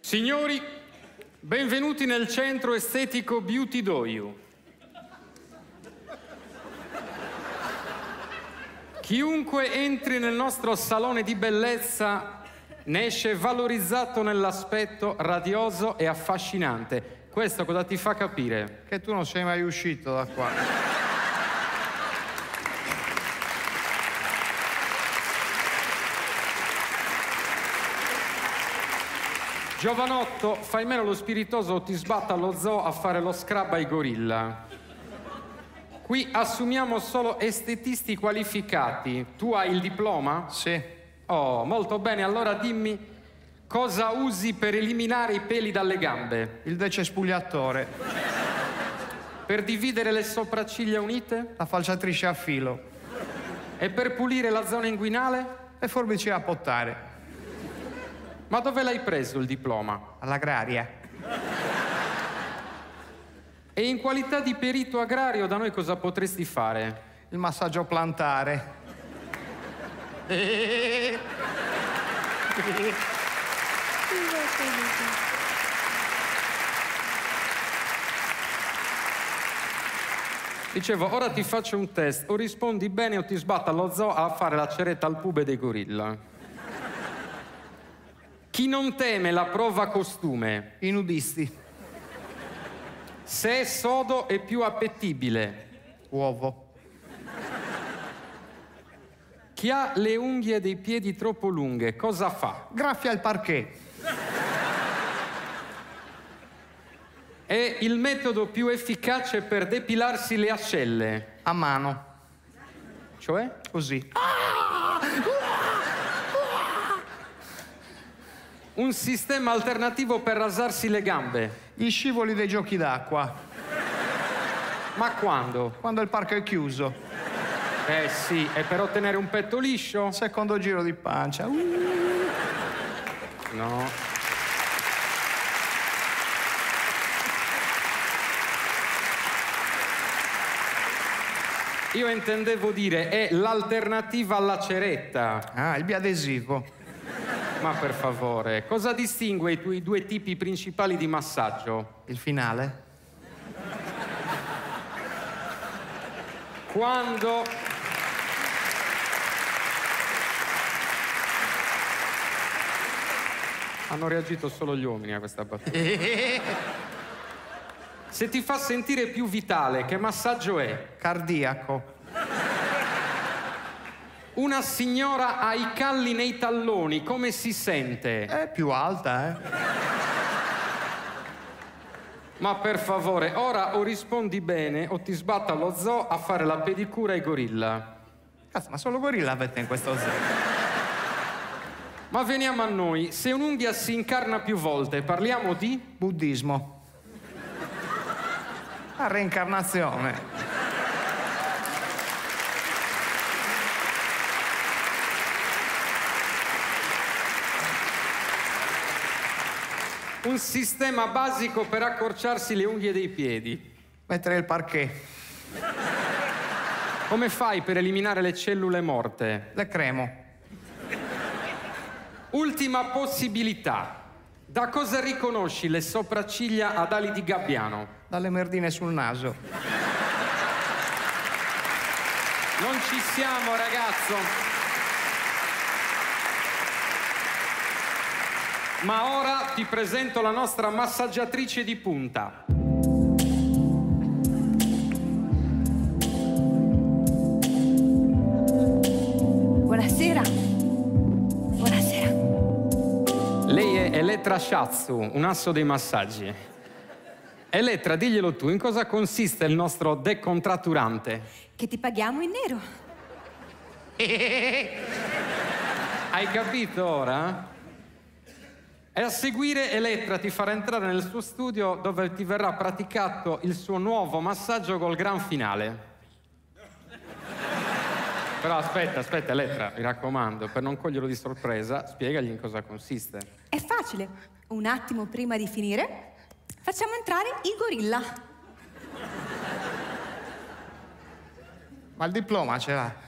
Signori, benvenuti nel centro estetico Beauty Doyu. Chiunque entri nel nostro salone di bellezza ne esce valorizzato nell'aspetto radioso e affascinante. Questo cosa ti fa capire? Che tu non sei mai uscito da qua. Giovanotto, fai meno lo spiritoso o ti sbatto allo zoo a fare lo scrub ai gorilla. Qui assumiamo solo estetisti qualificati. Tu hai il diploma? Sì. Oh, molto bene. Allora dimmi cosa usi per eliminare i peli dalle gambe? Il decespugliatore. Per dividere le sopracciglia unite? La falciatrice a filo. E per pulire la zona inguinale? Le forbici a pottare. Ma dove l'hai preso il diploma? All'agraria. E in qualità di perito agrario da noi cosa potresti fare? Il massaggio plantare. Dicevo, ora ti faccio un test. O rispondi bene o ti sbatto allo zoo a fare la ceretta al pube dei gorilla. Chi non teme la prova costume? I nudisti. Se è sodo è più appetibile. Uovo. Chi ha le unghie dei piedi troppo lunghe, cosa fa? Graffia il parquet. È il metodo più efficace per depilarsi le ascelle. A mano. Cioè? Così. Un sistema alternativo per rasarsi le gambe. Gli scivoli dei giochi d'acqua. Ma quando? Quando il parco è chiuso. Eh sì, è per ottenere un petto liscio? Secondo giro di pancia. No. Io intendevo dire, è l'alternativa alla ceretta. Ah, il biadesivo. Ma per favore, cosa distingue i tuoi due tipi principali di massaggio? Il finale? Quando... Hanno reagito solo gli uomini a questa battuta. Se ti fa sentire più vitale, che massaggio è? Cardiaco. Una signora ha i calli nei talloni, come si sente? È più alta, eh? Ma per favore, ora o rispondi bene o ti sbatto allo zoo a fare la pedicura ai gorilla. Cazzo, ma solo gorilla avete in questo zoo? Ma veniamo a noi. Se un'unghia si incarna più volte, parliamo di? Buddismo. La reincarnazione. Un sistema basico per accorciarsi le unghie dei piedi. Mettere il parquet. Come fai per eliminare le cellule morte? Le cremo. Ultima possibilità. Da cosa riconosci le sopracciglia ad ali di gabbiano? Dalle merdine sul naso. Non ci siamo, ragazzo. Ma ora ti presento la nostra massaggiatrice di punta. Buonasera. Buonasera. Lei è Elettra Shatsu, un asso dei massaggi. Elettra, diglielo tu, in cosa consiste il nostro decontratturante? Che ti paghiamo in nero. Hai capito ora? E a seguire Elettra ti farà entrare nel suo studio dove ti verrà praticato il suo nuovo massaggio col gran finale. Però aspetta Elettra, mi raccomando, per non coglierlo di sorpresa, spiegagli in cosa consiste. È facile. Un attimo prima di finire, facciamo entrare il gorilla. Ma il diploma ce l'ha?